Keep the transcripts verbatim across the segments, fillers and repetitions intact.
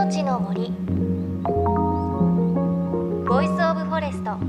命の森ボイスオブフォレスト。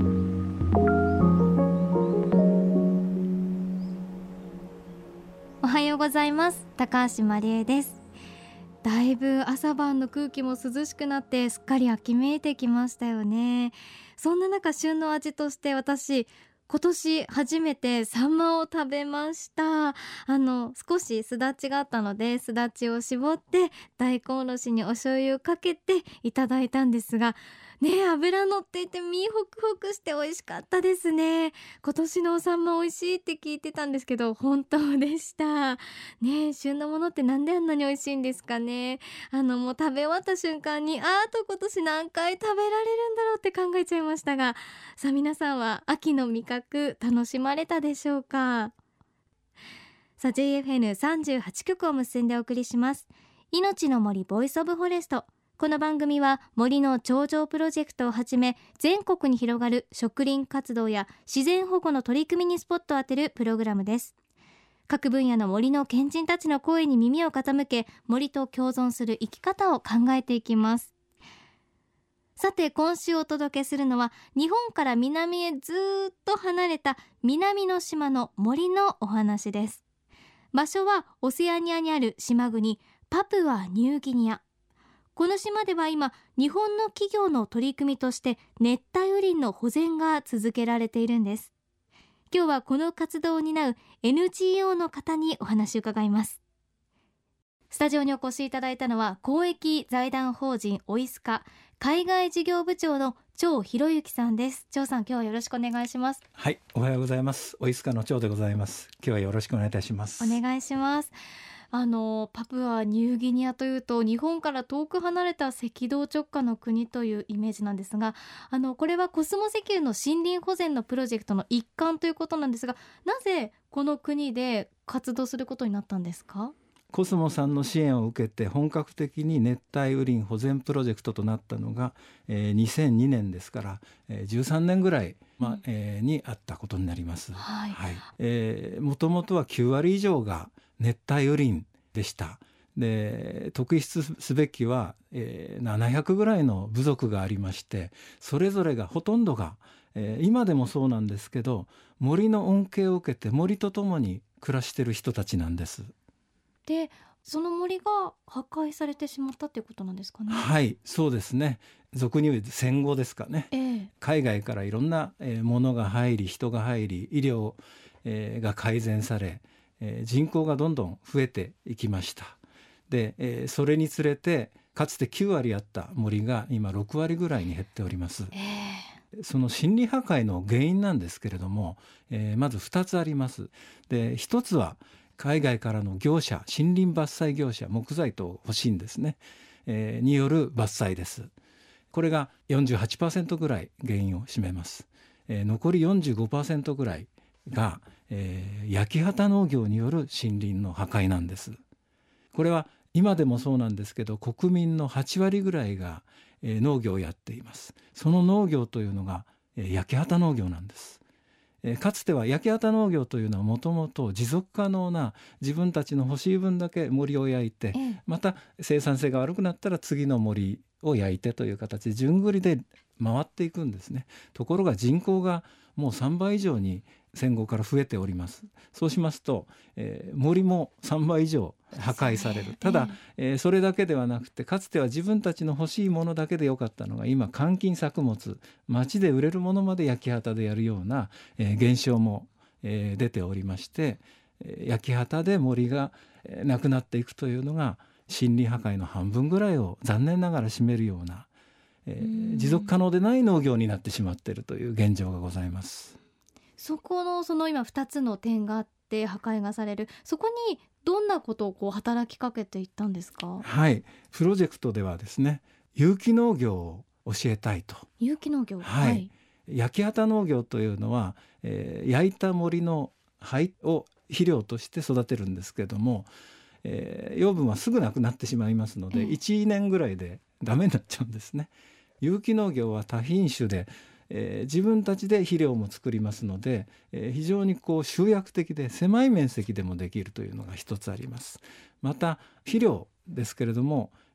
おはようございます。高橋まりえです。だいぶ朝晩の空気も涼しくなってすっかり秋めいてきましたよね。そんな中、旬の味として私今年初めてサンマを食べました。あの少しすだちがあったので、すだちを絞って大根おろしにお醤油をかけていただいたんですがね、脂乗っていて身ホクホクして美味しかったですね。今年のサンマ美味しいって聞いてたんですけど本当でしたね。旬のものってなんであんなに美味しいんですかね。あのもう食べ終わった瞬間にあーと今年何回食べられるんだろうって考えちゃいましたが、さあ皆さんは秋の味覚楽しまれたでしょうか。さあ ジェイエフエヌさんじゅうはち 局を結んでお送りします命の森ボイスオブフォレスト。この番組は森の頂上プロジェクトをはじめ全国に広がる植林活動や自然保護の取り組みにスポットを当てるプログラムです。各分野の森の賢人たちの声に耳を傾け、森と共存する生き方を考えていきます。さて今週お届けするのは日本から南へずっと離れた南の島の森のお話です。場所はオセアニアにある島国パプアニューギニア。この島では今日本の企業の取り組みとして熱帯雨林の保全が続けられているんです。今日はこの活動を担う エヌジーオー の方にお話を伺います。スタジオにお越しいただいたのは公益財団法人オイスカ海外事業部長の張博之さんです。張さん、今日はよろしくお願いします。 はい、おはようございます。オイスカの張でございます。今日はよろしくお願いいたします。 お願いします。あのパプアニューギニアというと日本から遠く離れた赤道直下の国というイメージなんですが、あのこれはコスモ石油の森林保全のプロジェクトの一環ということなんですが、なぜこの国で活動することになったんですか？ コスモさんの支援を受けて本格的に熱帯雨林保全プロジェクトとなったのが、えー、にせんにねんですから、えー、じゅうさんねんぐらい、まあえー、にあったことになります。 はいはいえー、もともとはきゅうわり以上が熱帯雨林でした。で特筆すべきは、えー、ななひゃくぐらいの部族がありまして、それぞれがほとんどが、えー、今でもそうなんですけど森の恩恵を受けて森とともに暮らしている人たちなんです。 でその森が破壊されてしまったということなんですかね。 はい、そうですね。俗に言う戦後ですかね、 えー、 海外からいろんなものが入り人が入り医療が改善され人口がどんどん増えていきました。でそれにつれてかつてきゅうわりあった森が今ろくわりぐらいに減っております。 えー、 その森林破壊の原因なんですけれども、えー、まずふたつあります。でひとつは海外からの業者、森林伐採業者、木材と欲しいんですね、えー、による伐採です。これが よんじゅうはちパーセント ぐらい原因を占めます。えー、残り よんじゅうごパーセント ぐらいが、えー、焼き畑農業による森林の破壊なんです。これは今でもそうなんですけど国民のはちわりぐらいが、えー、農業をやっています。その農業というのが、えー、焼き畑農業なんです。かつては焼き畑農業というのはもともと持続可能な自分たちの欲しい分だけ森を焼いて、また生産性が悪くなったら次の森を焼いてという形で順繰りで回っていくんですね。ところが人口がもうさんばい以上に戦後から増えております。そうしますと、えー、森もさんばい以上破壊される。ただ、えー、それだけではなくてかつては自分たちの欲しいものだけでよかったのが今換金作物、町で売れるものまで焼き畑でやるような、えー、現象も、えー、出ておりまして、えー、焼き畑で森が、えー、なくなっていくというのが森林破壊の半分ぐらいを残念ながら占めるような、えー、持続可能でない農業になってしまっているという現状がございます。 そこのその今ふたつの点があって破壊がされる、そこにどんなことをこう働きかけていったんですか？ はい、プロジェクトではですね、有機農業を教えたいと。 有機農業、 はいはい、焼き畑農業というのは、えー、焼いた森の灰を肥料として育てるんですけども、えー、養分はすぐなくなってしまいますので、えー、いちねんぐらいでダメになっちゃうんですね。有機農業は多品種でえー、自分たちで肥料も作りますので、えー、非常にこう集約的で狭い面積でもできるというのが一つあります。また肥料ですけれども、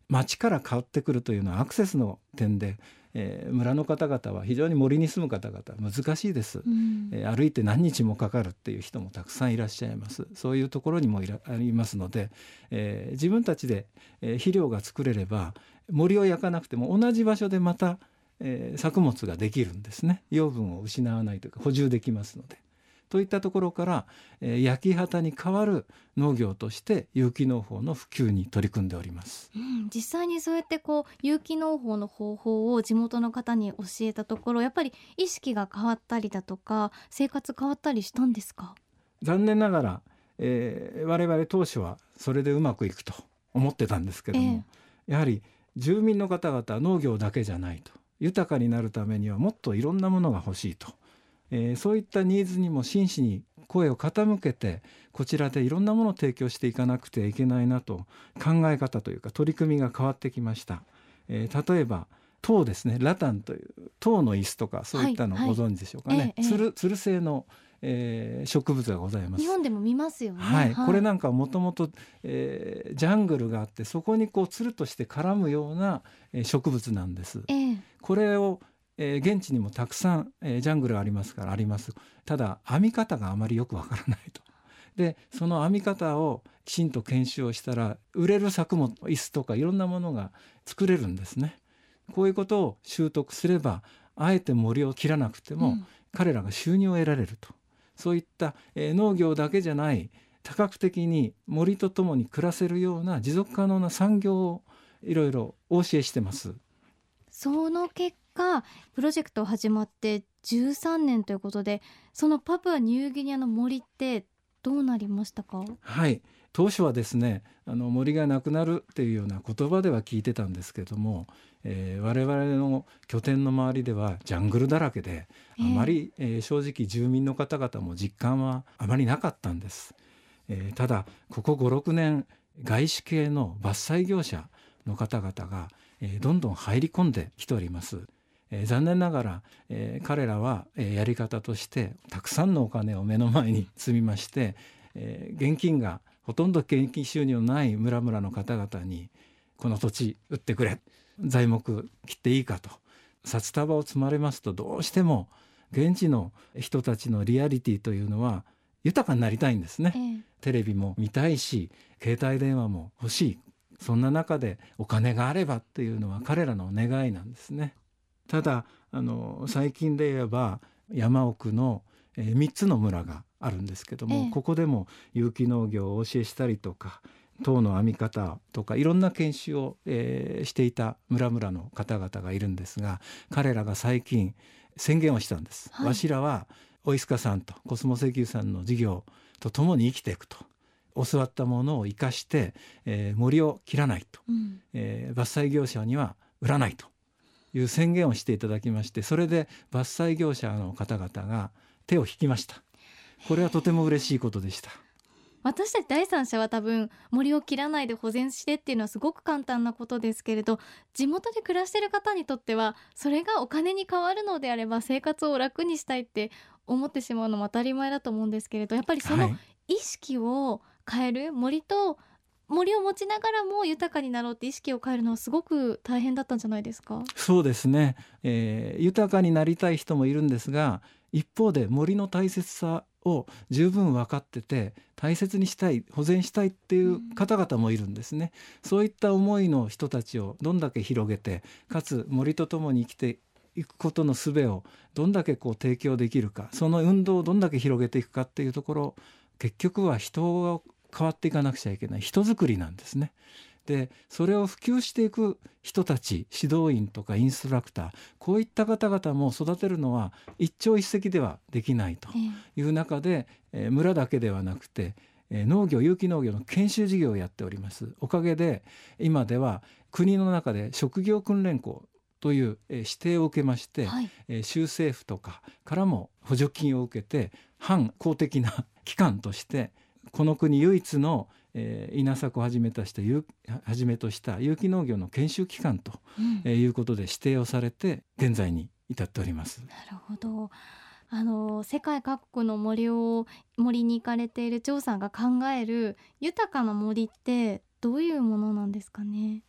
町から変わってくるというのはアクセスの点で、えー村の方々は非常に森に住む方々難しいです、 うんえー歩いて何日もかかるっていう人もたくさんいらっしゃいます。そういうところにもいらありますので、えー自分たちで、えー肥料が作れれば森を焼かなくても同じ場所でまた、えー作物ができるんですね。養分を失わないというか補充できますので、といったところから、えー焼き畑に代わる農業として有機農法の普及に取り組んでおります。 うん、実際にそうやってこう有機農法の方法を地元の方に教えたところ、やっぱり意識が変わったりだとか生活変わったりしたんですか？ 残念ながら、えー我々当初はそれでうまくいくと思ってたんですけども、やはり住民の方々は農業だけじゃないと、豊かになるためにはもっといろんなものが欲しいと、えーそういったニーズにも真摯に声を傾けて、こちらでいろんなものを提供していかなくてはいけないなと、考え方というか取り組みが変わってきました。えー例えば塔ですね、ラタンという塔の椅子とかそういったのはいはいご存知でしょうかね、 ええええつるつる製の、えー植物がございます。 日本でも見ますよね。 はい、これなんかもともとジャングルがあって、そこにこうつるとして絡むようなえー植物なんです。 ええこれを、えー現地にもたくさん、えージャングルありますからあります。ただ編み方があまりよくわからないと。でその編み方をきちんと研修をしたら売れる作物、椅子とかいろんなものが作れるんですね。こういうことを習得すれば、あえて森を切らなくても、 うん彼らが収入を得られると。そういった、えー農業だけじゃない多角的に森とともに暮らせるような持続可能な産業をいろいろお教えしてます。 その結果プロジェクト始まってじゅうさんねんということで、そのパプアニューギニアの森ってどうなりましたか？ はい、当初はですね、あの森がなくなるっていうような言葉では聞いてたんですけども、えー我々の拠点の周りではジャングルだらけで、あまり、えー正直住民の方々も実感はあまりなかったんです。えーただここごろくねん、外資系の伐採業者の方々が、えーどんどん入り込んできております。えー残念ながら、えー彼らは、えーやり方としてたくさんのお金を目の前に積みまして、えー現金がほとんど現金収入のない村々の方々に、この土地売ってくれ、材木切っていいかと札束を積まれますと、どうしても現地の人たちのリアリティというのは豊かになりたいんですね。 ええテレビも見たいし、携帯電話も欲しい。そんな中でお金があればっていうのは彼らの願いなんですね。ただあの最近で言えば山奥の、えー、みっつの村があるんですけども、 ええここでも有機農業をお教えしたりとか、塔の編み方とかいろんな研修を、えーしていた村々の方々がいるんですが、彼らが最近宣言をしたんです、 はいわしらはオイスカさんとコスモ石油さんの事業とともに生きていくと、教わったものを生かして、えー森を切らないと、 うんえー伐採業者には売らないという宣言をしていただきまして、それで伐採業者の方々が手を引きました。これはとても嬉しいことでした。 私たち第三者は多分森を切らないで保全してっていうのはすごく簡単なことですけれど、地元で暮らしている方にとってはそれがお金に変わるのであれば生活を楽にしたいって思ってしまうのも当たり前だと思うんですけれど、やっぱりそのはい意識を変える、森と森を持ちながらも豊かになろうって意識を変えるのはすごく大変だったんじゃないですか？ そうですね、えー豊かになりたい人もいるんですが、一方で森の大切さを十分分かってて大切にしたい、保全したいっていう方々もいるんですね。そういった思いの人たちをどんだけ広げて、かつ森とともに生きていくことの術をどんだけこう提供できるか、その運動をどんだけ広げていくかっていうところ、結局は人が変わっていかなくちゃいけない人づくりなんですね。でそれを普及していく人たち、指導員とかインストラクター、こういった方々も育てるのは一朝一夕ではできないとえいう中で、えー村だけではなくて、えー農業、有機農業の研修事業をやっております。おかげで今では国の中で職業訓練校という、えー指定を受けまして、 はい、 えー州政府とかからも補助金を受けて、反公的な機関としてこの国唯一の、えー稲作をはじめとした有はじめとした有機農業の研修機関と、 うんえーいうことで指定をされて現在に至っております。 なるほど。あの世界各国の森を森に行かれている張さんが考える豊かな森ってどういうものなんですかね？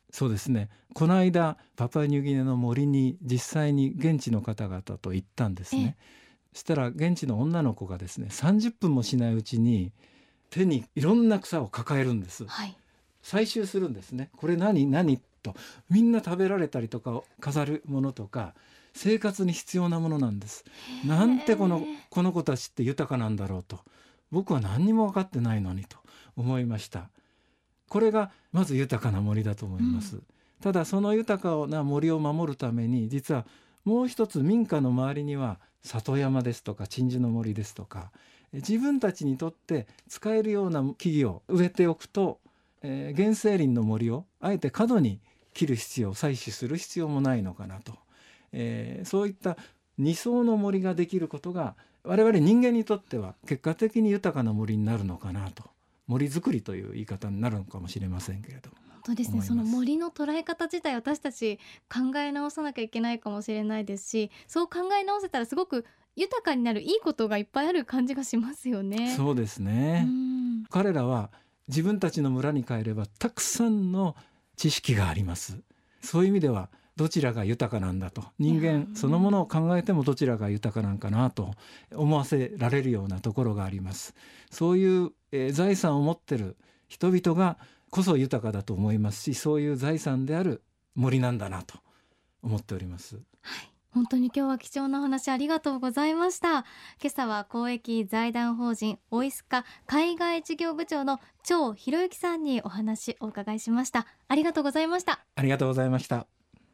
そうですね、この間パプアニューギニアの森に実際に現地の方々と行ったんですね。そしたら現地の女の子がですね、さんじゅっぷんもしないうちに手にいろんな草を抱えるんです、はい、採集するんですね。これ何何と、みんな食べられたりとか飾るものとか生活に必要なものなんです。なんてこのこの子たちって豊かなんだろうと、僕は何にも分かってないのにと思いました。これがまず豊かな森だと思います、うん、ただその豊かな森を守るために実はもう一つ民家の周りには里山ですとか鎮守の森ですとか自分たちにとって使えるような木々を植えておくと、えー、原生林の森をあえて過度に切る必要、採取する必要もないのかなと、えー、そういった二層の森ができることが我々人間にとっては結果的に豊かな森になるのかなと、森づくりという言い方になるのかもしれませんけれども、 本当ですね、その森の捉え方自体私たち考え直さなきゃいけないかもしれないですし、そう考え直せたらすごく豊かになるいいことがいっぱいある感じがしますよね。 そうですね、うん、彼らは自分たちの村に帰ればたくさんの知識があります。そういう意味ではどちらが豊かなんだと、人間そのものを考えてもどちらが豊かなんかなと思わせられるようなところがあります。そういう、えー、財産を持ってる人々がこそ豊かだと思いますし、そういう財産である森なんだなと思っております。 はい、本当に今日は貴重なお話ありがとうございました。今朝は公益財団法人オイスカ海外事業部長の張博之さんにお話をお伺いしました。ありがとうございました。 ありがとうございました。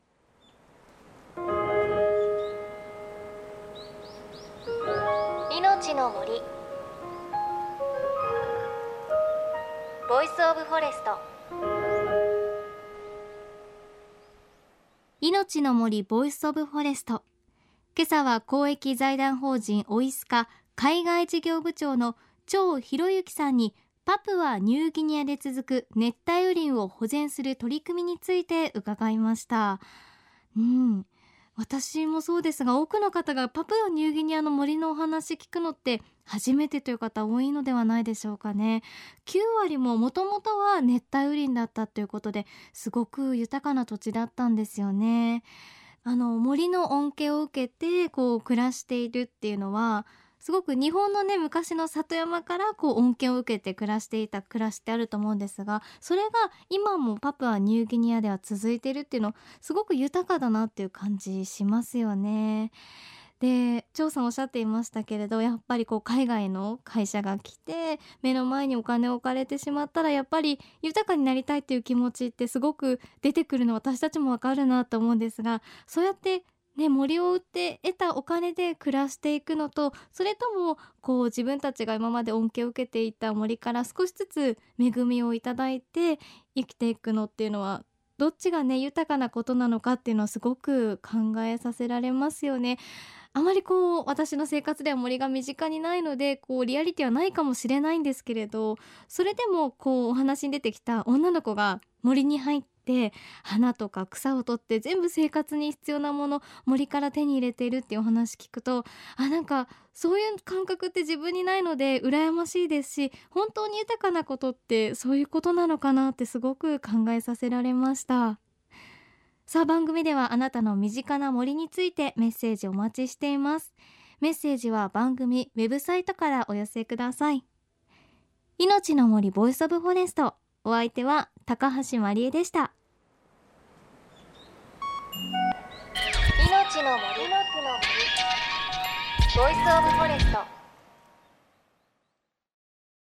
命の森、ボイスオブフォレスト。命の森ボイスオブフォレスト。今朝は公益財団法人オイスカ海外事業部長の張博之さんにパプアニューギニアで続く熱帯雨林を保全する取り組みについて伺いました。うん、私もそうですが多くの方がパプアニューギニアの森のお話聞くのって初めてという方多いのではないでしょうかね。きゅうわりももともとは熱帯雨林だったということですごく豊かな土地だったんですよね。あの森の恩恵を受けてこう暮らしているっていうのはすごく日本のね昔の里山からこう恩恵を受けて暮らしていた暮らしってあると思うんですが、それが今もパプアニューギニアでは続いているっていうのすごく豊かだなっていう感じしますよね。で、張さんおっしゃっていましたけれど、やっぱりこう海外の会社が来て目の前にお金を置かれてしまったらやっぱり豊かになりたいっていう気持ちってすごく出てくるの私たちもわかるなと思うんですが、そうやってね、森を売って得たお金で暮らしていくのと、それともこう自分たちが今まで恩恵を受けていた森から少しずつ恵みをいただいて生きていくのっていうのはどっちがね豊かなことなのかっていうのはすごく考えさせられますよね。あまりこう私の生活では森が身近にないのでこうリアリティはないかもしれないんですけれど、それでもこうお話に出てきた女の子が森に入って花とか草を取って全部生活に必要なもの森から手に入れているっていうお話聞くと、あ、なんかそういう感覚って自分にないので羨ましいですし、本当に豊かなことってそういうことなのかなってすごく考えさせられました。さあ、番組ではあなたの身近な森についてメッセージお待ちしています。メッセージは番組ウェブサイトからお寄せください。命の森ボイスオブフォレスト、お相手は高橋まりえでした。命の森ボイスオブフォレスト。